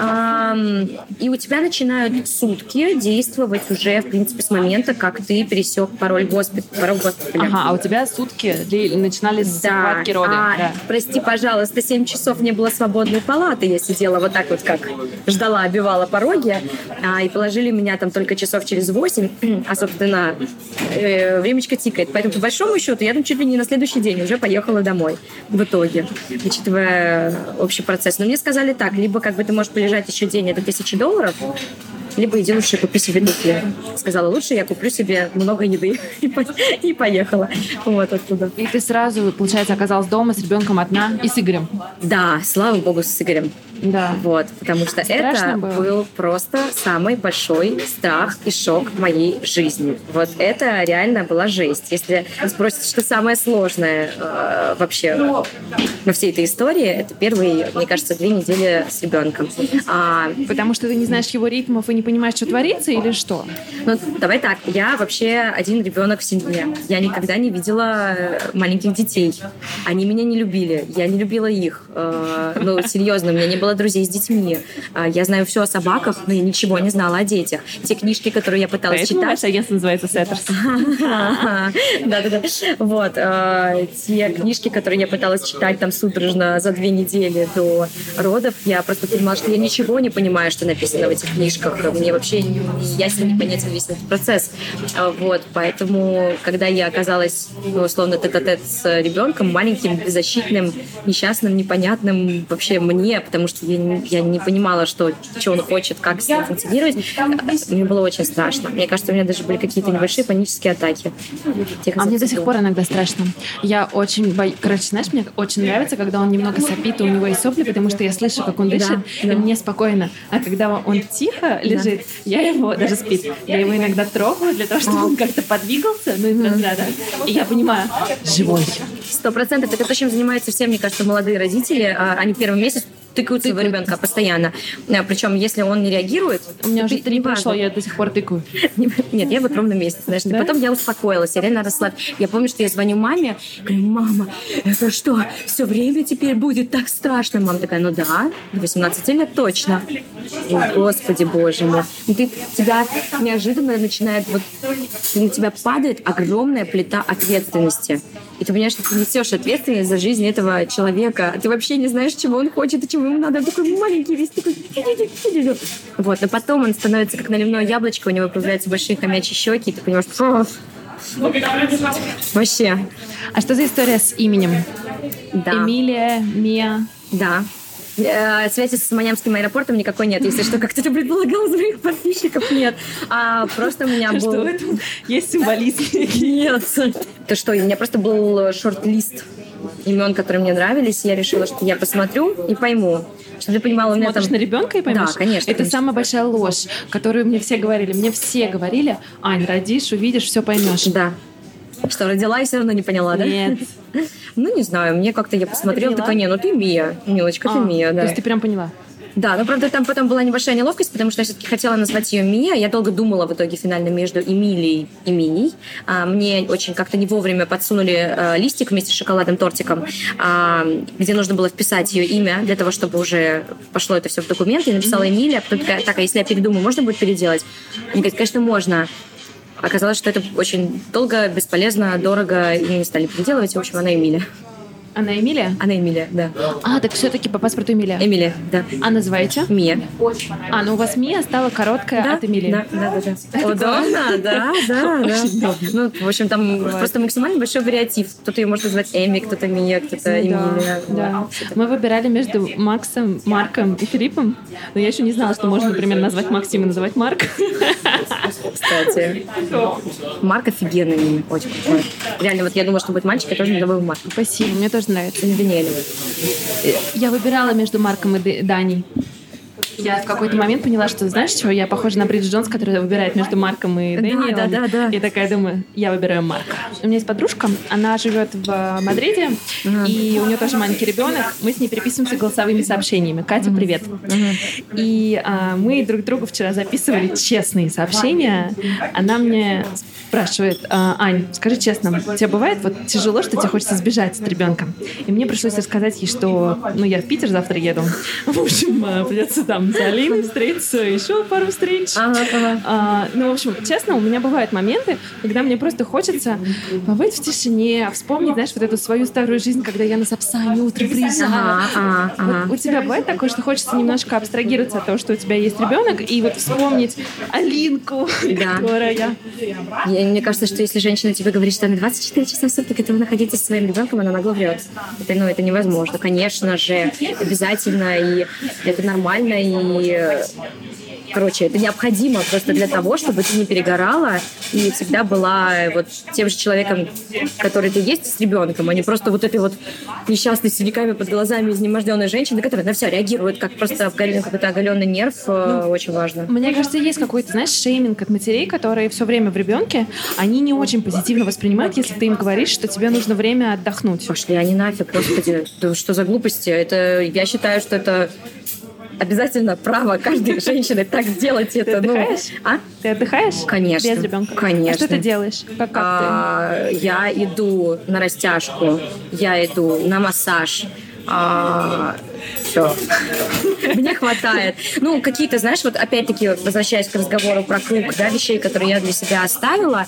И у тебя начинают сутки действовать уже, в принципе, с момента, как ты пересек порог госпиталя. Ага, а у тебя сутки начинались с схватки роды. Да. Прости, пожалуйста, 7 часов не было свободной палаты. Я сидела вот так вот, как ждала, обивала пороги, и положили меня там только часов через 8, а, собственно, времечко тикает. Поэтому, по большому счету, я там чуть ли не на следующий день уже поехала домой в итоге, учитывая общий процесс. Но мне сказали так, либо как бы ты можешь полежать еще день, это $1000, либо иди лучше купи себе туфли. Сказала, лучше я куплю себе много еды и поехала. Вот оттуда. И ты сразу, получается, оказалась дома с ребенком одна и с Игорем? Да, слава богу, с Игорем. Да. Вот, потому что это был просто самый большой страх и шок в моей жизни. Вот это реально была жесть. Если спросите, что самое сложное вообще во всей этой истории, это первые, мне кажется, 2 недели с ребенком. Потому что ты не знаешь его ритмов и не понимаешь, что творится, или что? Ну, давай так. Я вообще один ребенок в семье. Я никогда не видела маленьких детей. Они меня не любили. Я не любила их. Ну, серьезно, у меня не было друзей с детьми. Я знаю все о собаках, но я ничего не знала о детях. Те книжки, которые я пыталась читать... Поэтому ваше агентство называется Сеттерс. Да-да-да. Вот. Те книжки, которые я пыталась читать там судорожно за 2 недели до родов, я просто понимала, что я ничего не понимаю, что написано в этих книжках. Мне вообще не ясен, непонятен весь этот процесс. Вот. Поэтому, когда я оказалась, условно, тет-а-тет с ребенком, маленьким, беззащитным, несчастным, непонятным вообще мне, потому что я не понимала, что он хочет, как с ним функционировать. Мне было очень страшно. Мне кажется, у меня даже были какие-то небольшие панические атаки. Мне до сих пор иногда страшно. Я очень боюсь. Короче, знаешь, мне очень нравится, когда он немного сопит, и у него есть сопли, потому что я слышу, как он дышит, и мне спокойно. А когда он тихо лежит, я его, даже спит, я его иногда трогаю для того, чтобы он как-то подвигался, ну, иногда, да. И я понимаю, живой. 100%. Это то, чем занимаются все, мне кажется, молодые родители. Они первый месяц тыкают своего ребенка постоянно. Причем, если он не реагирует... У меня уже 3 прошло, я до сих пор тыкаю. Нет, я вот ровно месяц, знаешь. Да? Потом я успокоилась, я реально расслабилась. Я помню, что я звоню маме, говорю, мама, это что, все время теперь будет так страшно? Мама такая, ну да, 18 лет точно. Ой, Господи, Боже мой. Тебя неожиданно начинает... Вот, на тебя падает огромная плита ответственности. И ты понимаешь, что ты несешь ответственность за жизнь этого человека. Ты вообще не знаешь, чего он хочет и чего ему надо. Он такой маленький весь, такой... Вот, но потом он становится как наливное яблочко, у него появляются большие хомячьи щеки, и ты понимаешь, вообще. А что за история с именем? Да. Эмилия, Мия? Да. Связи с Манямским аэропортом никакой нет. Если что, как кто-то предполагал из моих подписчиков, нет. Просто у меня был... Что в этом есть символизм? Нет. То что, у меня просто был шорт-лист имен, которые мне нравились, и я решила, что я посмотрю и пойму. Чтобы ты понимала, у меня Смотришь там... на ребенка и поймешь? Да, конечно. Это самая большая ложь, которую мне все говорили. Мне все говорили: Ань, родишь, увидишь, все поймешь. Да. Что, родила и все равно не поняла, да? Нет. Ну, не знаю, мне как-то я посмотрела, поняла? такая, ты Мия, милочка, ты Мия, да. То есть ты прям поняла? Да, но, правда, там потом была небольшая неловкость, потому что я все-таки хотела назвать ее Мия. Я долго думала в итоге финально между Эмилией и Миней. Мне очень как-то не вовремя подсунули листик вместе с шоколадным тортиком, где нужно было вписать ее имя для того, чтобы уже пошло это все в документ. Я написала Эмилия, а потом такая, так, а если я передумаю, можно будет переделать? Они говорят, конечно, можно. Оказалось, что это очень долго, бесполезно, дорого, и не стали переделывать. В общем, она Эмилия. Она Эмилия? Она Эмилия, да. Так все-таки по паспорту Эмилия. Эмилия, да. А называете? Мия. Ну у вас Мия стала короткая от Эмилии. Да. Удобно, да. Ну, в общем, там просто максимально большой вариатив. Кто-то ее может назвать Эми, кто-то Мия, кто-то Эмилия. Да. Мы выбирали между Максом, Марком и Филиппом, но я еще не знала, что можно, например, назвать Максим и называть Марк. Кстати. Марк офигенный имя, очень крутой. Реально, вот я думала, что будет мальчик, я тоже назову его Марк. Спасибо, мне тоже нравится. Даниэль. Я выбирала между Марком и Даней. Я в какой-то момент поняла, что, знаешь, что я похожа на Бриджит Джонс, которая выбирает между Марком и Дэниелом. Да. И такая думаю, я выбираю Марка. У меня есть подружка, она живет в Мадриде, и у нее тоже маленький ребенок. Мы с ней переписываемся голосовыми сообщениями. Катя, привет. И мы друг другу вчера записывали честные сообщения. Она мне спрашивает: Ань, скажи честно, тебе бывает вот тяжело, что тебе хочется сбежать от ребенка? И мне пришлось рассказать ей, что я в Питер завтра еду. В общем, придется там с Алиной встретиться, еще пару встреч. В общем, честно, у меня бывают моменты, когда мне просто хочется побыть в тишине, вспомнить, знаешь, вот эту свою старую жизнь, когда я на Сапсане утром приезжала. Вот у тебя бывает такое, что хочется немножко абстрагироваться от того, что у тебя есть ребенок, и вот вспомнить Алинку, которая... Мне кажется, что если женщина тебе говорит, что она 24 часа в сутки готова находиться со своим ребенком, она нагло врет. Это невозможно. Конечно же, обязательно, и это нормально, и... Короче, это необходимо просто для того, чтобы ты не перегорала и всегда была вот тем же человеком, который ты есть с ребенком, а не просто вот этой вот несчастной с синяками под глазами изнеможденной женщины, которая на все реагирует, как просто какой-то оголенный нерв. Очень важно. Мне кажется, есть какой-то, знаешь, шейминг от матерей, которые все время в ребенке, они не очень позитивно воспринимают, если ты им говоришь, что тебе нужно время отдохнуть. Пошли они нафиг, господи. Что за глупости? Я считаю, что это... Обязательно право каждой женщины так сделать. Ты отдыхаешь? Ты отдыхаешь? Конечно. Без ребенка? Конечно. А что ты делаешь? Как ты? Я иду на растяжку, я иду на массаж. Все. Мне хватает. Какие-то, знаешь, вот опять-таки, возвращаясь к разговору про круг, вещей, которые я для себя оставила,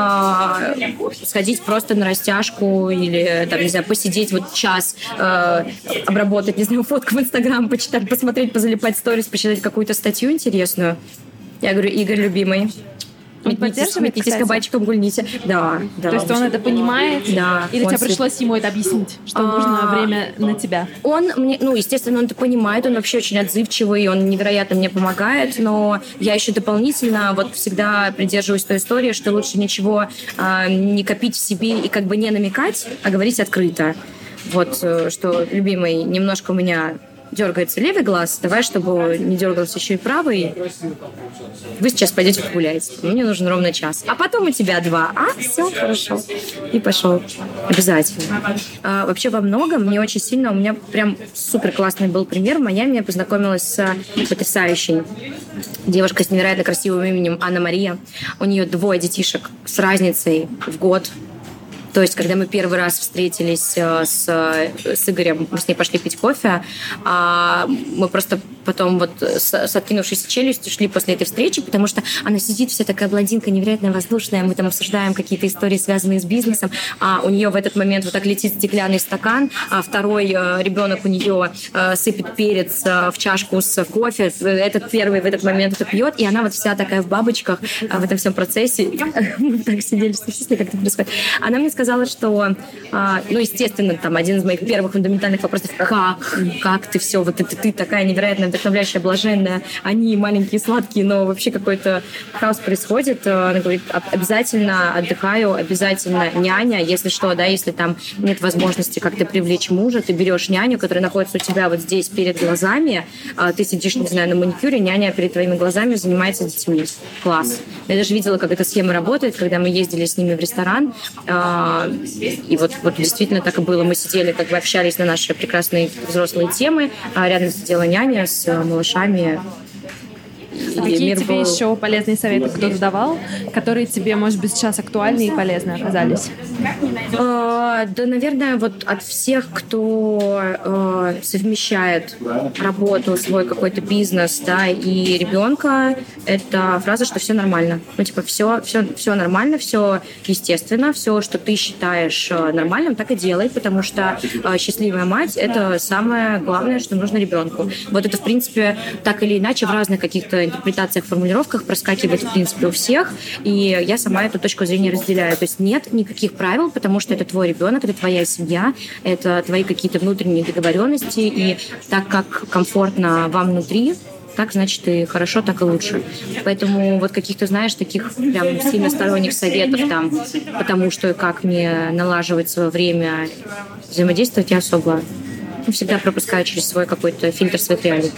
сходить просто на растяжку или, там, не знаю, посидеть вот час, обработать, не знаю, фотку в Инстаграм, почитать, посмотреть, позалипать сторис, почитать какую-то статью интересную. Я говорю: Игорь, любимый, Он поддерживает, метнитесь кабачиком, гульните. Да. То есть он это понимает? Да. Или тебе пришлось ему это объяснить, что нужно время на тебя? Он мне, естественно, он это понимает, он вообще очень отзывчивый, он невероятно мне помогает, но я еще дополнительно вот всегда придерживаюсь той истории, что лучше ничего не копить в себе и как бы не намекать, а говорить открыто. Вот, что, любимый, немножко у меня дергается левый глаз, давай, чтобы не дергался еще и правый, вы сейчас пойдете погуляете. Мне нужен ровно час. А потом у тебя 2. Все, хорошо. И пошел. Обязательно. Вообще во многом мне очень сильно, у меня прям супер классный был пример. В Майами я познакомилась с потрясающей девушкой с невероятно красивым именем Анна Мария. У нее 2 детишек с разницей в год. То есть, когда мы первый раз встретились с Игорем, мы с ней пошли пить кофе, мы просто потом вот с откинувшейся челюстью шли после этой встречи, потому что она сидит вся такая блондинка, невероятно воздушная, мы там обсуждаем какие-то истории, связанные с бизнесом, а у нее в этот момент вот так летит стеклянный стакан, а второй ребенок у нее сыпет перец в чашку с кофе, этот первый в этот момент это пьет, и она вот вся такая в бабочках в этом всем процессе. Мы так сидели, что как это происходит. Она мне сказала, что, естественно, там один из моих первых фундаментальных вопросов, как ты все, вот это ты такая невероятно вдохновляющая, блаженная, они маленькие, сладкие, но вообще какой-то хаос происходит. Она говорит, обязательно отдыхаю, обязательно няня, если что, да, если там нет возможности как-то привлечь мужа, ты берешь няню, которая находится у тебя вот здесь перед глазами, ты сидишь, не знаю, на маникюре, няня перед твоими глазами занимается детьми. Класс. Я даже видела, как эта схема работает, когда мы ездили с ними в ресторан, и вот действительно так и было. Мы сидели, как бы общались на наши прекрасные взрослые темы, а рядом сидела няня с малышами. А какие тебе еще полезные советы кто-то давал, которые тебе, может быть, сейчас актуальны и полезны оказались? Да, наверное, вот от всех, кто совмещает работу, свой какой-то бизнес, да, и ребенка, это фраза, что все нормально. Ну, типа, все нормально, все естественно, все, что ты считаешь нормальным, так и делай, потому что счастливая мать — это самое главное, что нужно ребенку. Вот это, в принципе, так или иначе в разных каких-то интерпретациях, формулировках проскакивает, в принципе, у всех, и я сама эту точку зрения разделяю. То есть нет никаких правил, потому что это твой ребенок, это твоя семья, это твои какие-то внутренние договоренности, и так как комфортно вам внутри, так, значит, и хорошо, так и лучше. Поэтому вот каких-то, знаешь, таких прям сильно сторонних советов там, потому что как мне налаживать свое время, взаимодействовать, я особо всегда пропускаю через свой какой-то фильтр своих реалий.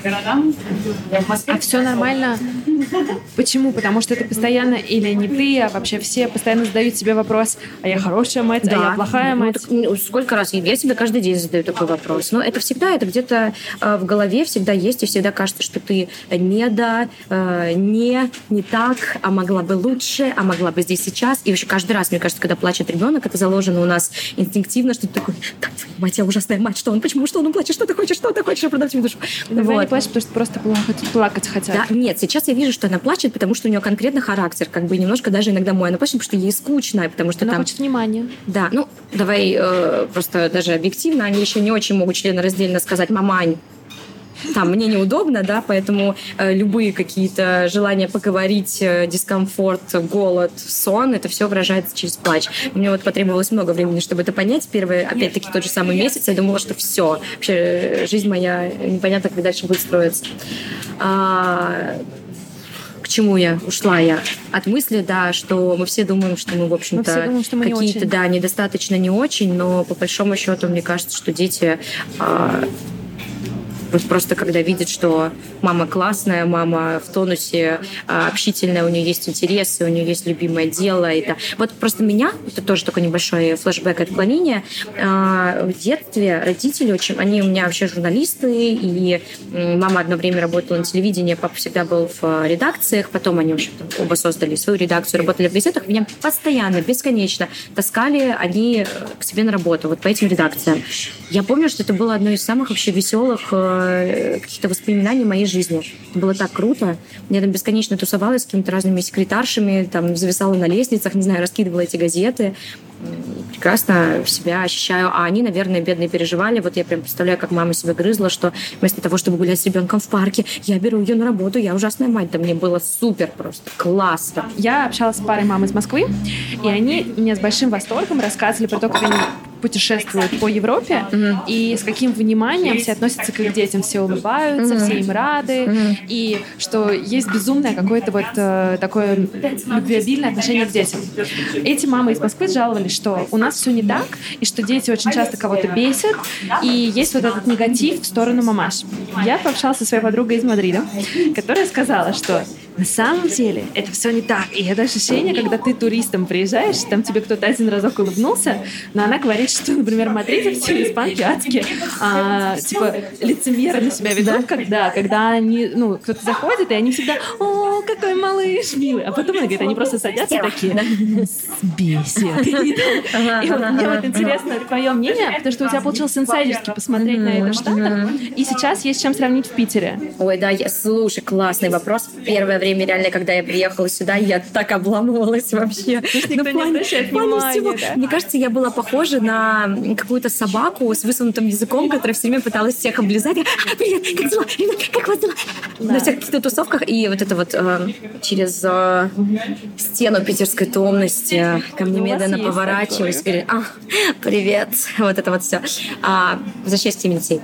А все нормально? Почему? Потому что ты постоянно, или не ты, а вообще все постоянно задают себе вопрос: а я хорошая мать, да. А я плохая мать? Сколько раз я себе каждый день задаю такой вопрос. Но это всегда, это где-то в голове всегда есть, и всегда кажется, что ты не так, а могла бы лучше, а могла бы здесь сейчас. И вообще каждый раз, мне кажется, когда плачет ребенок, это заложено у нас инстинктивно, что ты такой: так, твоя мать, я ужасная мать, что он, почему, что он плачет, что ты хочешь, продать мне душу. Вот. Они плачут, потому что просто плакать хотят. Да, нет, сейчас я вижу, что она плачет, потому что у нее конкретно характер, как бы немножко даже иногда мой. Она плачет, потому что ей скучно, потому что она там... хочет внимания. Да, ну, давай просто даже объективно, они еще не очень могут членораздельно сказать: мамань, там, мне неудобно, да, поэтому любые какие-то желания поговорить, дискомфорт, голод, сон, это все выражается через плач. Мне вот потребовалось много времени, чтобы это понять. Первый, опять-таки, тот же самый месяц, я думала, что все, вообще жизнь моя непонятно, как дальше будет строиться. К чему я ушла? Я от мысли, да, что мы все думаем, что мы, в общем-то, какие-то, да, недостаточно не очень, но по большому счету, мне кажется, что дети... Просто когда видят, что мама классная, мама в тонусе, общительная, у нее есть интересы, у нее есть любимое дело. Это... Вот просто меня, это тоже такой небольшой флешбэк, отклонение, в детстве родители очень... Они у меня вообще журналисты, и мама одно время работала на телевидении, папа всегда был в редакциях, потом они, в общем-то, оба создали свою редакцию, работали в газетах, меня постоянно, бесконечно таскали они к себе на работу, вот по этим редакциям. Я помню, что это было одно из самых вообще веселых каких-то воспоминаний моей жизни. Это было так круто. Я там бесконечно тусовалась с какими-то разными секретаршами, там зависала на лестницах, не знаю, раскидывала эти газеты. Прекрасно себя ощущаю. А они, наверное, бедные переживали. Вот я прям представляю, как мама себя грызла, что вместо того, чтобы гулять с ребенком в парке, я беру ее на работу, я ужасная мать. Да мне было супер просто, классно. Я общалась с парой мам из Москвы, и они мне с большим восторгом рассказывали про то, как они путешествуют по Европе, и с каким вниманием все относятся к их детям, все улыбаются, все им рады, и что есть безумное какое-то вот такое любвеобильное отношение к детям. Эти мамы из Москвы жаловались, что у нас все не так, и что дети очень часто кого-то бесят, и есть вот этот негатив в сторону мамаш. Я пообщалась со своей подругой из Мадрида, которая сказала, что на самом деле это все не так. И это ощущение, когда ты туристом приезжаешь, там тебе кто-то один разок улыбнулся, но она говорит, что, например, в Мадриде все испанки адские, типа, лицемерно себя ведут, когда они, кто-то заходит, и они всегда: «О, какой малыш милый». А потом она говорит, они просто садятся такие: «Бесит». И вот мне вот интересно твое мнение, потому что у тебя получилось инсайдерски посмотреть на это в Штатах, и сейчас есть с чем сравнить в Питере. Ой, да, слушай, классный вопрос. Первое время, реально, когда я приехала сюда, я так обламывалась вообще. Никто не обращает внимания. Да? Мне кажется, я была похожа на какую-то собаку с высунутым языком, которая все время пыталась всех облизать. «Привет, как дела? Ребят, как вас дела?» На всех каких-то тусовках. И вот это вот через стену питерской томности ко мне медленно поворачиваясь, говорит: «Привет». Вот это вот все. За счастье детей.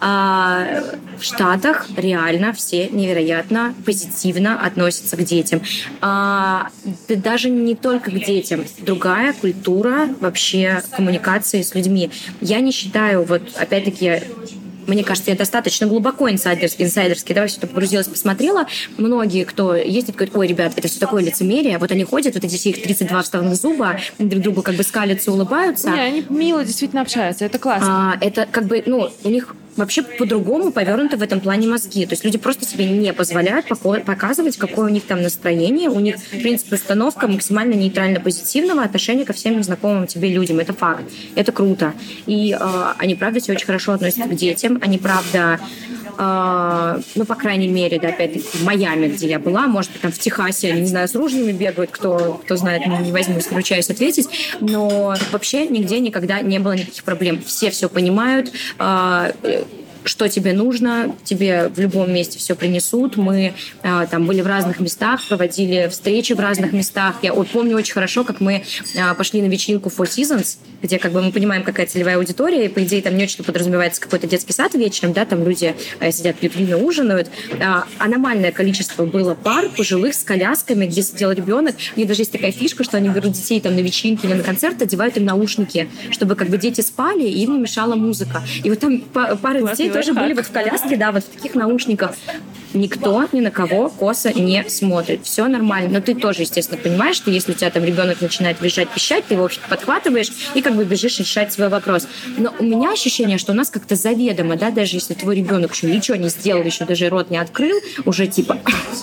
В Штатах реально все невероятно позитивно относятся к детям. Да даже не только к детям. Другая культура вообще коммуникации с людьми. Я не считаю, вот опять-таки, мне кажется, я достаточно глубоко инсайдерски, давай все это погрузилась, посмотрела. Многие, кто ездит, говорят: «Ой, ребят, это все такое лицемерие». Вот они ходят, вот эти их 32 вставных зуба, друг другу как бы скалятся, улыбаются. Не, они мило действительно общаются, это классно. Это как бы, у них вообще по-другому повернуты в этом плане мозги. То есть люди просто себе не позволяют показывать, какое у них там настроение. У них, в принципе, установка максимально нейтрально-позитивного отношения ко всем незнакомым тебе людям. Это факт. Это круто. И они, правда, все очень хорошо относятся к детям. Они, правда, по крайней мере, да, опять-таки, в Майами, где я была, может быть, там в Техасе, они, не знаю, с ружьями бегают, кто знает, не возьмусь, ручаюсь ответить, но вообще нигде никогда не было никаких проблем. Все понимают, что тебе нужно, тебе в любом месте все принесут. Мы там были в разных местах, проводили встречи в разных местах. Я помню очень хорошо, как мы пошли на вечеринку Four Seasons, где как бы мы понимаем, какая целевая аудитория, и, по идее, там не очень подразумевается какой-то детский сад вечером, да, там люди сидят, пьют вино, ужинают. Аномальное количество было пар пожилых с колясками, где сидел ребенок. У них даже есть такая фишка, что они берут детей там на вечеринки или на концерт, одевают им наушники, чтобы как бы дети спали, и им не мешала музыка. И вот там пара детей тоже были вот в коляске, да, вот в таких наушниках. Никто ни на кого косо не смотрит. Все нормально. Но ты тоже, естественно, понимаешь, что если у тебя там ребенок начинает визжать, пищать, ты его, в общем-то, подхватываешь и как бы бежишь решать свой вопрос. Но у меня ощущение, что у нас как-то заведомо, да, даже если твой ребенок еще ничего не сделал, еще даже рот не открыл, уже типа...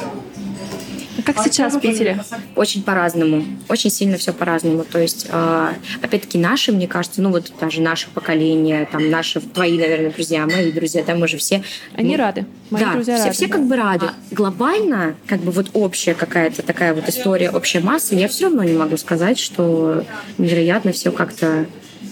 Как сейчас в Питере? Очень по-разному. Очень сильно все по-разному. То есть, опять-таки, наши, мне кажется, вот даже наше поколение, там, твои, наверное, друзья, мои друзья, там уже все... Они рады. Мои друзья рады. Все как бы рады. Глобально, как бы вот общая какая-то такая вот история, общая масса, я все равно не могу сказать, что невероятно все как-то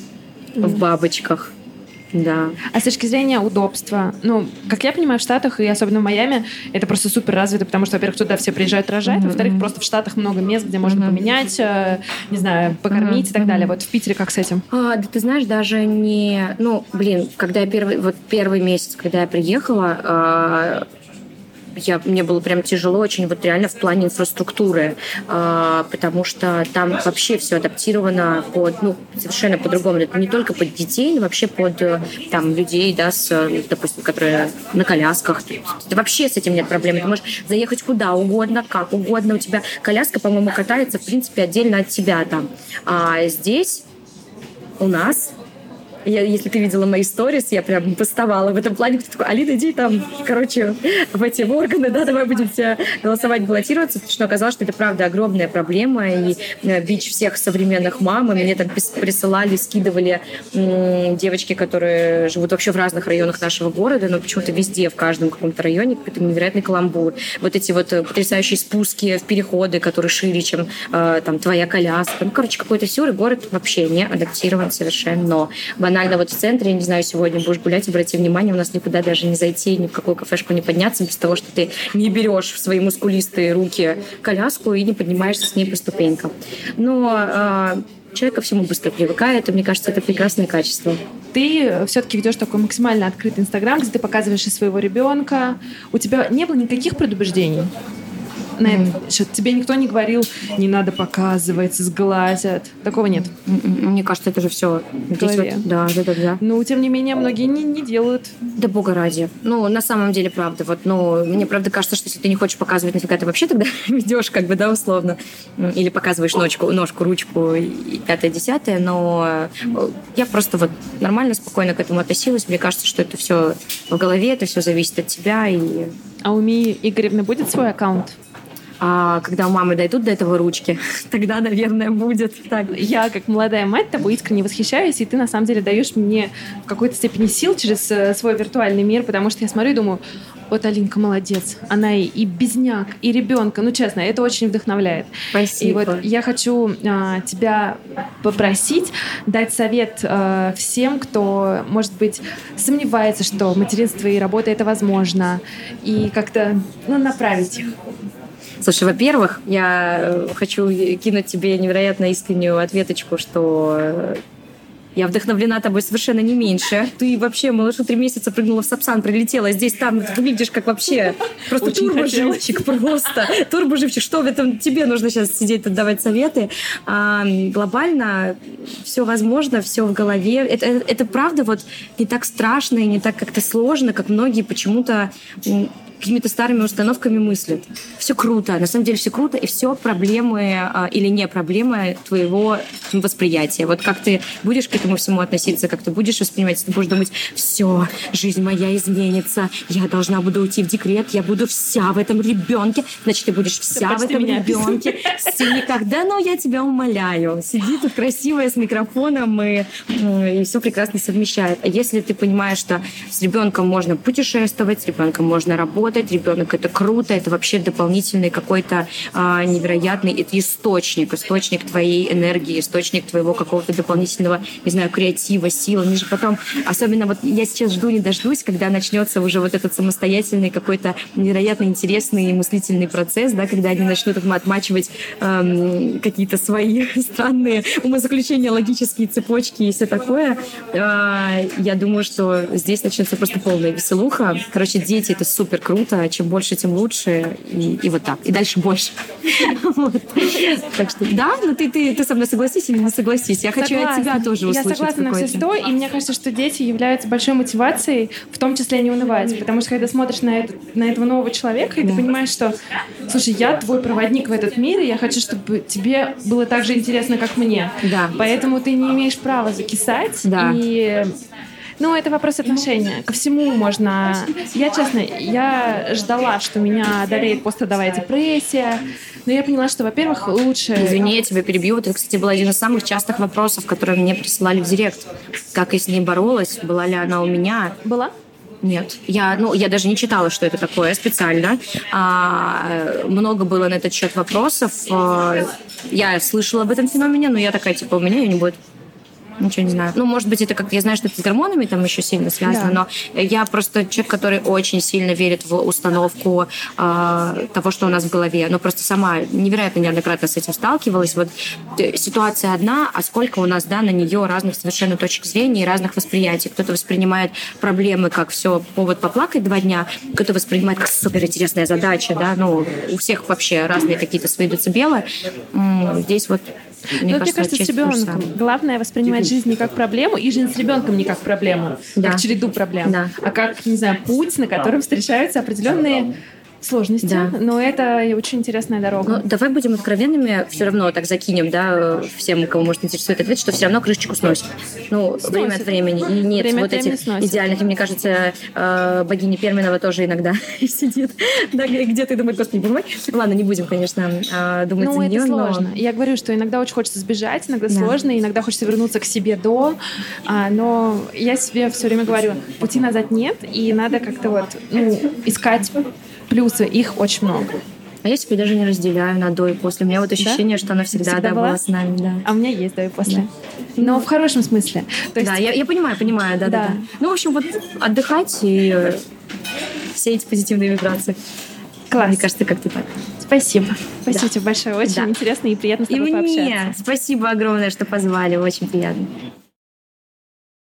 в бабочках. Да. А с точки зрения удобства, как я понимаю, в Штатах и особенно в Майами это просто супер развито, потому что, во-первых, туда все приезжают рожать, во-вторых, просто в Штатах много мест, где можно поменять, не знаю, покормить и так далее. Вот в Питере как с этим? Да ты знаешь, даже не... когда я первый месяц, когда я приехала, мне было прям тяжело очень вот реально в плане инфраструктуры, потому что там вообще все адаптировано совершенно по-другому. Это не только под детей, но вообще под там людей, да, допустим, которые на колясках. Вообще с этим нет проблем. Ты можешь заехать куда угодно, как угодно. У тебя коляска, по-моему, катается, в принципе, отдельно от тебя там. А здесь у нас... Если ты видела мои сторис, я прям поставала в этом плане. Кто такой: «Алина, иди там, в эти органы, да, давай будем все голосовать, баллотироваться», потому что оказалось, что это, правда, огромная проблема, и бич всех современных мам, и мне там присылали, скидывали девочки, которые живут вообще в разных районах нашего города, но почему-то везде, в каждом каком-то районе какой-то невероятный каламбур. Вот эти вот потрясающие спуски в переходы, которые шире, чем там твоя коляска. Какой-то сюр, и город вообще не адаптирован совершенно. Банально вот в центре, я не знаю, сегодня будешь гулять, обрати внимание, у нас никуда даже не зайти, ни в какую кафешку не подняться без того, что ты не берешь в свои мускулистые руки коляску и не поднимаешься с ней по ступенькам. Но человек ко всему быстро привыкает, и мне кажется, это прекрасное качество. Ты все-таки ведешь такой максимально открытый Инстаграм, где ты показываешь и своего ребенка. У тебя не было никаких предубеждений? что тебе никто не говорил, не надо показывать, сглазят. Такого нет. Мне кажется, это же все. Да. Ну, тем не менее, многие не делают. Да бога ради. Ну, на самом деле, правда. Вот, ну, мне правда кажется, что если ты не хочешь показывать, нафига ты вообще тогда ведешь, как бы, да, условно. Или показываешь ножку, ручку и пятое-десятое. Но я просто вот нормально, спокойно к этому относилась. Мне кажется, что это все в голове, это все зависит от тебя. А у Мии Игоревны будет свой аккаунт? А когда у мамы дойдут до этого ручки, тогда, наверное, будет так. Я, как молодая мать, тобой искренне восхищаюсь, и ты, на самом деле, даешь мне в какой-то степени сил через свой виртуальный мир, потому что я смотрю и думаю, вот Алинка молодец. Она и безняк, и ребенка. Ну, честно, это очень вдохновляет. Спасибо. И вот я хочу тебя попросить дать совет всем, кто, может быть, сомневается, что материнство и работа — это возможно, и как-то направить их. Слушай, во-первых, я хочу кинуть тебе невероятно искреннюю ответочку, что я вдохновлена тобой совершенно не меньше. Ты вообще, малышу 3 месяца прыгнула в Сапсан, прилетела здесь, там, выглядишь как вообще просто турбоживчик, просто турбоживчик. Что в этом тебе нужно сейчас сидеть, отдавать советы? Глобально все возможно, все в голове. Это правда вот не так страшно и не так как-то сложно, как многие почему-то какими-то старыми установками мыслят. Все круто, на самом деле все круто, и все проблемы или не проблемы твоего восприятия. Вот как ты будешь к этому всему относиться, как ты будешь воспринимать, ты будешь думать, все, жизнь моя изменится, я должна буду уйти в декрет, я буду вся в этом ребенке, значит, ты будешь вся в этом ребенке. Никогда, но я тебя умоляю, сиди тут красивая с микрофоном и все прекрасно совмещает. А если ты понимаешь, что с ребенком можно путешествовать, с ребенком можно работать, ребенок — это круто, это вообще дополнительный какой-то невероятный источник твоей энергии, источник твоего какого-то дополнительного, не знаю, креатива, силы. Они же потом, особенно вот я сейчас жду не дождусь, когда начнется уже вот этот самостоятельный какой-то невероятно интересный мыслительный процесс, да, когда они начнут отмачивать какие-то свои странные умозаключения, логические цепочки и все такое. Я думаю, что здесь начнется просто полная веселуха. Короче, дети — это супер круто. Чем больше, тем лучше. И вот так. И дальше больше. Так что, да, но ты со мной согласись или не согласись? Я хочу от тебя тоже услышать. Я согласна на все 100, и мне кажется, что дети являются большой мотивацией, в том числе не унывать. Потому что когда смотришь на этого нового человека, и ты понимаешь, что, слушай, я твой проводник в этот мир, и я хочу, чтобы тебе было так же интересно, как мне. Да. Поэтому ты не имеешь права закисать. Да. И это вопрос отношения. Ко всему можно... Я ждала, что меня одолеет пострадовая депрессия, но я поняла, что, во-первых, лучше... Извини, я тебя перебью. Это, кстати, был один из самых частых вопросов, которые мне присылали в директ. Как я с ней боролась? Была ли она у меня? Была? Нет. Я даже не читала, что это такое специально. Много было на этот счет вопросов. Я слышала об этом феномене, но я такая, у меня ее не будет. Ничего не знаю. Может быть, это как я знаю, что это с гормонами там еще сильно связано, да. Но я просто человек, который очень сильно верит в установку того, что у нас в голове. Просто сама невероятно неоднократно с этим сталкивалась. Вот ситуация одна, а сколько у нас, да, на нее разных совершенно точек зрения и разных восприятий. Кто-то воспринимает проблемы как все, повод поплакать 2 дня, кто-то воспринимает как суперинтересная задача, да, у всех вообще разные какие-то свои децибелы. Здесь вот мне кажется, с ребенком. Главное воспринимать жизнь не как проблему, и жизнь с ребенком не как проблему, как череду проблем, а как, не знаю, путь, на котором встречаются определенные сложности, да. Но это очень интересная дорога. Давай будем откровенными, все равно так закинем, да, всем, кого может интересовать ответ, что все равно крышечку сносит. Время от времени. И нет время вот этих идеальных. И мне кажется, богиня Перминова тоже иногда сидит, да, где-то и думает, господи, боже мой. Ладно, не будем, конечно, думать за нее. Это сложно. Я говорю, что иногда очень хочется сбежать, иногда сложно, иногда хочется вернуться к себе но я себе все время говорю, пути назад нет, и надо как-то искать плюсы, их очень много. А я себе даже не разделяю на до и после. У меня вот ощущение, что она всегда была с нами. Да. А у меня есть до и после. Да. Но в хорошем смысле. То есть... Да, я понимаю, да. В общем, вот отдыхать и все эти позитивные вибрации. Класс. Мне кажется, как-то так. Спасибо. Спасибо тебе большое. Очень интересно и приятно с тобой пообщаться. И мне. Спасибо огромное, что позвали. Очень приятно.